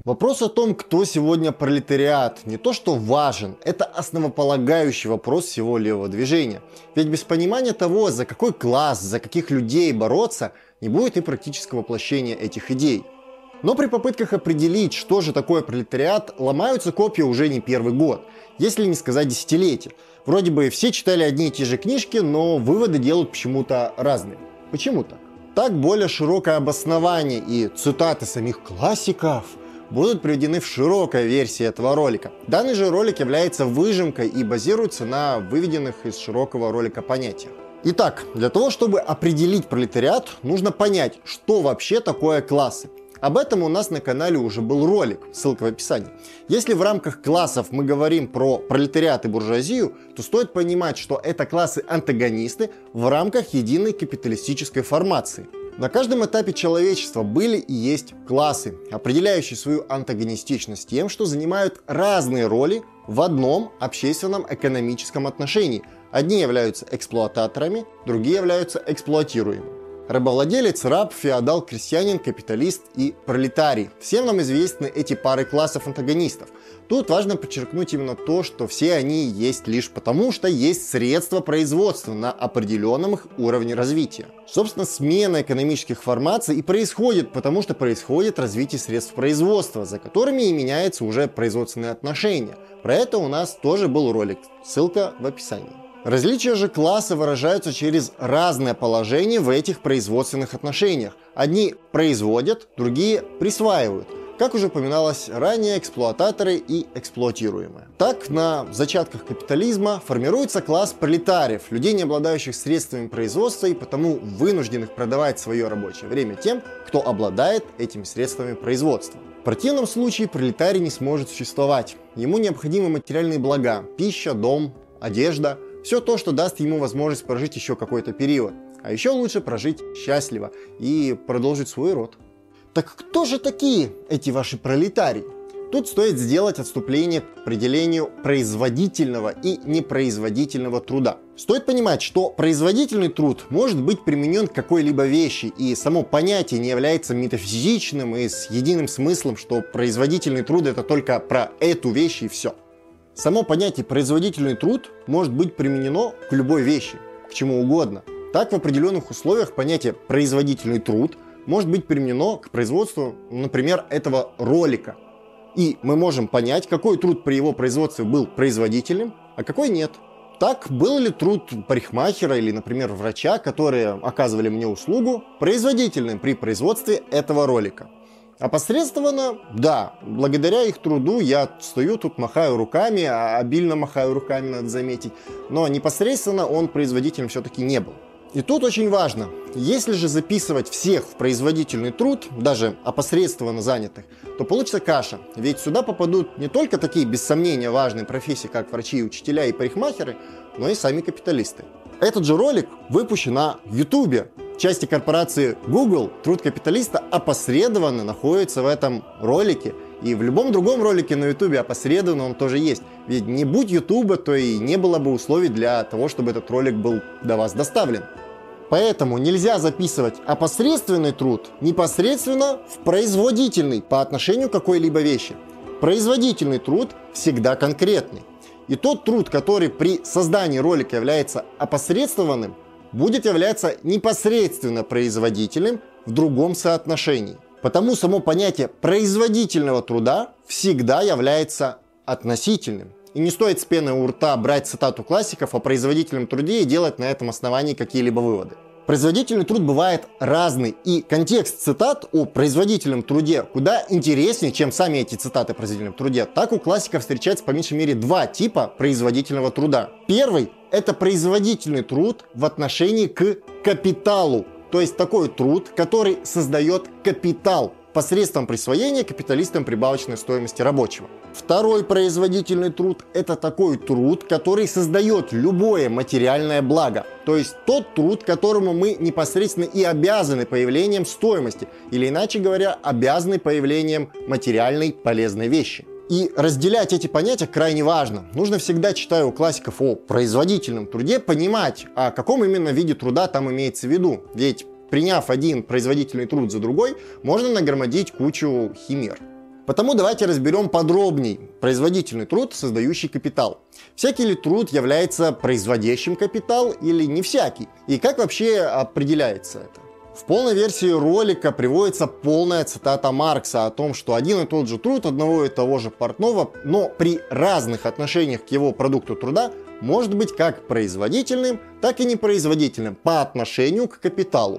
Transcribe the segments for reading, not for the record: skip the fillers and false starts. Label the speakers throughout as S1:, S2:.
S1: Вопрос о том, кто сегодня пролетариат, не то что важен, это основополагающий вопрос всего левого движения. Ведь без понимания того, за какой класс, за каких людей бороться, не будет и практического воплощения этих идей. Но при попытках определить, что же такое пролетариат, ломаются копья уже не первый год, если не сказать десятилетие. Вроде бы все читали одни и те же книжки, но выводы делают почему-то разные. Почему так? Так более широкое обоснование и цитаты самих классиков будут приведены в широкой версии этого ролика. Данный же ролик является выжимкой и базируется на выведенных из широкого ролика понятиях. Итак, для того, чтобы определить пролетариат, нужно понять, что вообще такое классы. Об этом у нас на канале уже был ролик, ссылка в описании. Если в рамках классов мы говорим про пролетариат и буржуазию, то стоит понимать, что это классы-антагонисты в рамках единой капиталистической формации. На каждом этапе человечества были и есть классы, определяющие свою антагонистичность тем, что занимают разные роли в одном общественном экономическом отношении. Одни являются эксплуататорами, другие являются эксплуатируемыми. Рабовладелец, раб, феодал, крестьянин, капиталист и пролетарий. Всем нам известны эти пары классов антагонистов. Тут важно подчеркнуть именно то, что все они есть лишь потому, что есть средства производства на определенном их уровне развития. Собственно, смена экономических формаций и происходит, потому что происходит развитие средств производства, за которыми и меняются уже производственные отношения. Про это у нас тоже был ролик, ссылка в описании. Различия же класса выражаются через разное положение в этих производственных отношениях. Одни производят, другие присваивают. Как уже упоминалось ранее, эксплуататоры и эксплуатируемые. Так, на зачатках капитализма формируется класс пролетариев, людей, не обладающих средствами производства и потому вынужденных продавать свое рабочее время тем, кто обладает этими средствами производства. В противном случае пролетарий не сможет существовать. Ему необходимы материальные блага – пища, дом, одежда – все то, что даст ему возможность прожить еще какой-то период. А еще лучше прожить счастливо и продолжить свой род. Так кто же такие эти ваши пролетарии? Тут стоит сделать отступление к определению производительного и непроизводительного труда. Стоит понимать, что производительный труд может быть применен к какой-либо вещи, и само понятие не является метафизичным и с единым смыслом, что производительный труд это только про эту вещь и все. Само понятие «производительный труд» может быть применено к любой вещи, к чему угодно. Так, в определенных условиях понятие «производительный труд» может быть применено к производству, например, этого ролика. И мы можем понять, какой труд при его производстве был производительным, а какой нет. Так, был ли труд парикмахера или, например, врача, которые оказывали мне услугу, производительным при производстве этого ролика? Опосредственно, да, благодаря их труду я стою тут, махаю руками, обильно махаю руками, надо заметить, но непосредственно он производителем все-таки не был. И тут очень важно, если же записывать всех в производительный труд, даже опосредственно занятых, то получится каша, ведь сюда попадут не только такие, без сомнения, важные профессии, как врачи, учителя и парикмахеры, но и сами капиталисты. Этот же ролик выпущен на YouTube. В части корпорации Google труд капиталиста опосредованно находится в этом ролике. И в любом другом ролике на YouTube опосредованно он тоже есть. Ведь не будь YouTube, то и не было бы условий для того, чтобы этот ролик был до вас доставлен. Поэтому нельзя записывать опосредственный труд непосредственно в производительный по отношению к какой-либо вещи. Производительный труд всегда конкретный. И тот труд, который при создании ролика является опосредствованным, будет являться непосредственно производительным в другом соотношении. Потому само понятие производительного труда всегда является относительным. И не стоит с пеной у рта брать цитату классиков о производительном труде и делать на этом основании какие-либо выводы. Производительный труд бывает разный, и контекст цитат о производительном труде куда интереснее, чем сами эти цитаты о производительном труде. Так у классиков встречается по меньшей мере два типа производительного труда. Первый – это производительный труд в отношении к капиталу, то есть такой труд, который создает капитал посредством присвоения капиталистам прибавочной стоимости рабочего. Второй производительный труд – это такой труд, который создает любое материальное благо. То есть тот труд, которому мы непосредственно и обязаны появлением стоимости, или иначе говоря, обязаны появлением материальной полезной вещи. И разделять эти понятия крайне важно. Нужно всегда, читая у классиков о производительном труде, понимать, о каком именно виде труда там имеется в виду. Ведь приняв один производительный труд за другой, можно нагромадить кучу химер. Потому давайте разберем подробней производительный труд, создающий капитал. Всякий ли труд является производящим капитал или не всякий? И как вообще определяется это? В полной версии ролика приводится полная цитата Маркса о том, что один и тот же труд одного и того же портного, но при разных отношениях к его продукту труда может быть как производительным, так и непроизводительным по отношению к капиталу.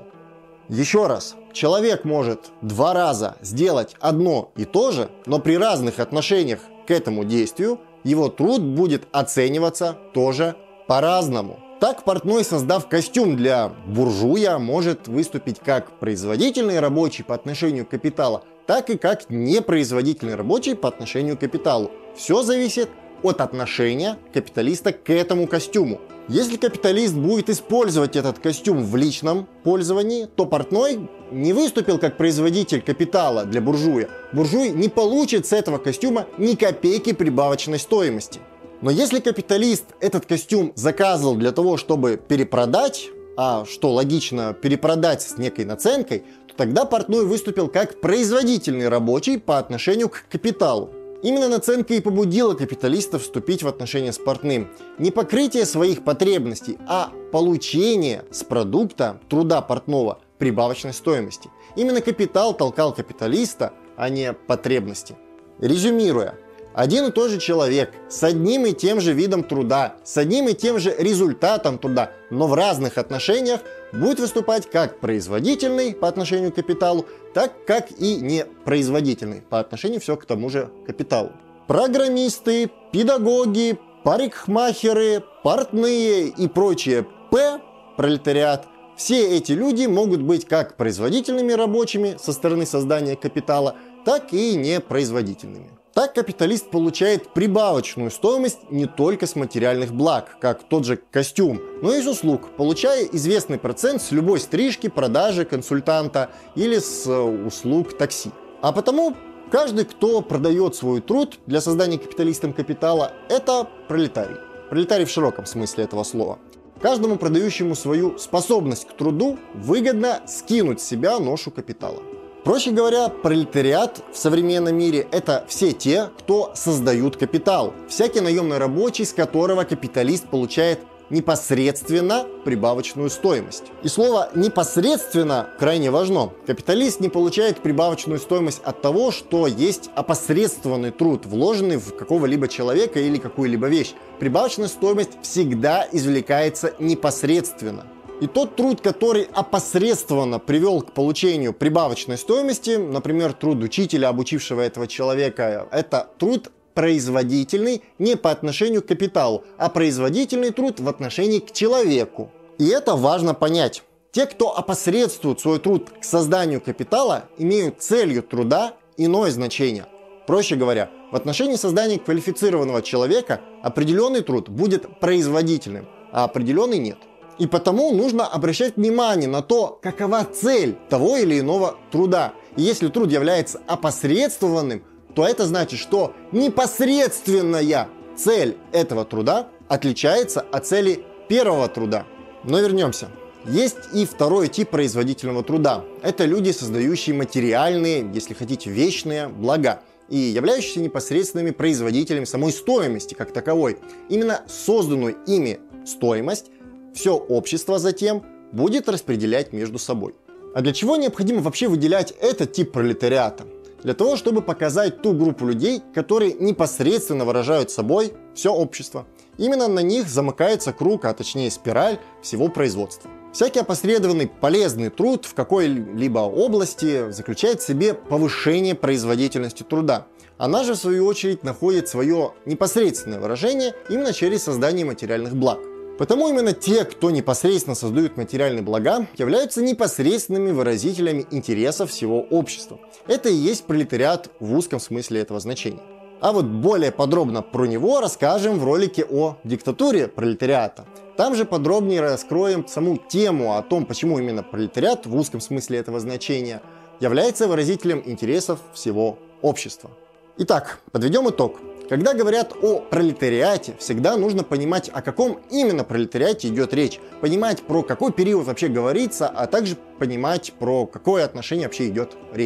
S1: Еще раз, человек может 2 раза сделать одно и то же, но при разных отношениях к этому действию его труд будет оцениваться тоже по-разному. Так портной, создав костюм для буржуя, может выступить как производительный рабочий по отношению к капиталу, так и как непроизводительный рабочий по отношению к капиталу. Все зависит от отношения капиталиста к этому костюму. Если капиталист будет использовать этот костюм в личном пользовании, то портной не выступил как производитель капитала для буржуя. Буржуй не получит с этого костюма ни копейки прибавочной стоимости. Но если капиталист этот костюм заказывал для того, чтобы перепродать, а что логично, перепродать с некой наценкой, то тогда портной выступил как производительный рабочий по отношению к капиталу. Именно наценка и побудила капиталиста вступить в отношения с портным. Не покрытие своих потребностей, а получение с продукта труда портного прибавочной стоимости. Именно капитал толкал капиталиста, а не потребности. Резюмируя, один и тот же человек с одним и тем же видом труда, с одним и тем же результатом труда, но в разных отношениях будет выступать как производительный по отношению к капиталу, так как и непроизводительный по отношению все к тому же капиталу. Программисты, педагоги, парикмахеры, портные и прочие пролетариат, все эти люди могут быть как производительными рабочими со стороны создания капитала, так и непроизводительными. Так капиталист получает прибавочную стоимость не только с материальных благ, как тот же костюм, но и с услуг, получая известный процент с любой стрижки, продажи, консультанта или с услуг такси. А потому каждый, кто продает свой труд для создания капиталистом капитала, это пролетарий. Пролетарий в широком смысле этого слова. Каждому продающему свою способность к труду выгодно скинуть с себя ношу капитала. Проще говоря, пролетариат в современном мире – это все те, кто создают капитал. Всякий наемный рабочий, с которого капиталист получает непосредственно прибавочную стоимость. И слово «непосредственно» крайне важно. Капиталист не получает прибавочную стоимость от того, что есть опосредствованный труд, вложенный в какого-либо человека или какую-либо вещь. Прибавочная стоимость всегда извлекается непосредственно. И тот труд, который опосредственно привел к получению прибавочной стоимости, например, труд учителя, обучившего этого человека, это труд производительный не по отношению к капиталу, а производительный труд в отношении к человеку. И это важно понять. Те, кто опосредствует свой труд к созданию капитала, имеют целью труда иное значение. Проще говоря, в отношении создания квалифицированного человека определенный труд будет производительным, а определенный нет. И потому нужно обращать внимание на то, какова цель того или иного труда. И если труд является опосредствованным, то это значит, что непосредственная цель этого труда отличается от цели первого труда. Но вернемся. Есть и второй тип производительного труда. Это люди, создающие материальные, если хотите, вечные блага и являющиеся непосредственными производителями самой стоимости как таковой. Именно созданную ими стоимость все общество затем будет распределять между собой. А для чего необходимо вообще выделять этот тип пролетариата? Для того, чтобы показать ту группу людей, которые непосредственно выражают собой все общество. Именно на них замыкается круг, а точнее спираль всего производства. Всякий опосредованный полезный труд в какой-либо области заключает в себе повышение производительности труда. Она же в свою очередь находит свое непосредственное выражение именно через создание материальных благ. Потому именно те, кто непосредственно создают материальные блага, являются непосредственными выразителями интересов всего общества. Это и есть пролетариат в узком смысле этого значения. А вот более подробно про него расскажем в ролике о диктатуре пролетариата. Там же подробнее раскроем саму тему о том, почему именно пролетариат в узком смысле этого значения является выразителем интересов всего общества. Итак, подведем итог. Когда говорят о пролетариате, всегда нужно понимать, о каком именно пролетариате идет речь, понимать, про какой период вообще говорится, а также понимать, про какое отношение вообще идет речь.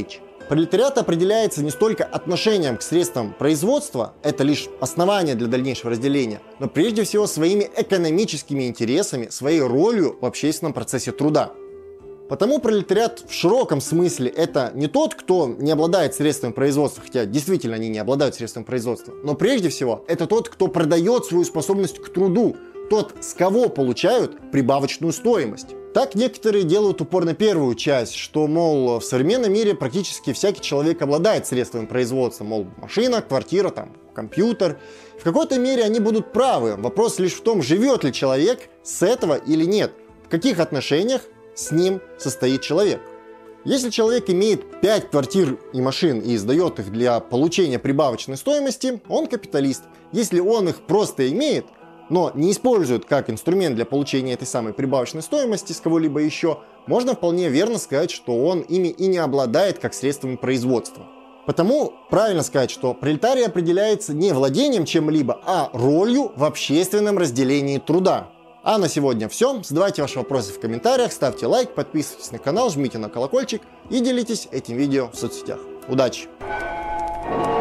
S1: Пролетариат определяется не столько отношением к средствам производства, это лишь основание для дальнейшего разделения, но прежде всего своими экономическими интересами, своей ролью в общественном процессе труда. Потому пролетариат в широком смысле это не тот, кто не обладает средствами производства, хотя действительно они не обладают средствами производства, но прежде всего это тот, кто продает свою способность к труду, тот, с кого получают прибавочную стоимость. Так некоторые делают упор на первую часть, что, мол, в современном мире практически всякий человек обладает средствами производства, мол, машина, квартира, там, компьютер. В какой-то мере они будут правы. Вопрос лишь в том, живет ли человек с этого или нет, в каких отношениях с ним состоит человек. Если человек имеет 5 квартир и машин и сдает их для получения прибавочной стоимости, он капиталист. Если он их просто имеет, но не используют как инструмент для получения этой самой прибавочной стоимости с кого-либо еще, можно вполне верно сказать, что он ими и не обладает как средствами производства. Потому правильно сказать, что пролетарий определяется не владением чем-либо, а ролью в общественном разделении труда. А на сегодня все. Задавайте ваши вопросы в комментариях, ставьте лайк, подписывайтесь на канал, жмите на колокольчик и делитесь этим видео в соцсетях. Удачи!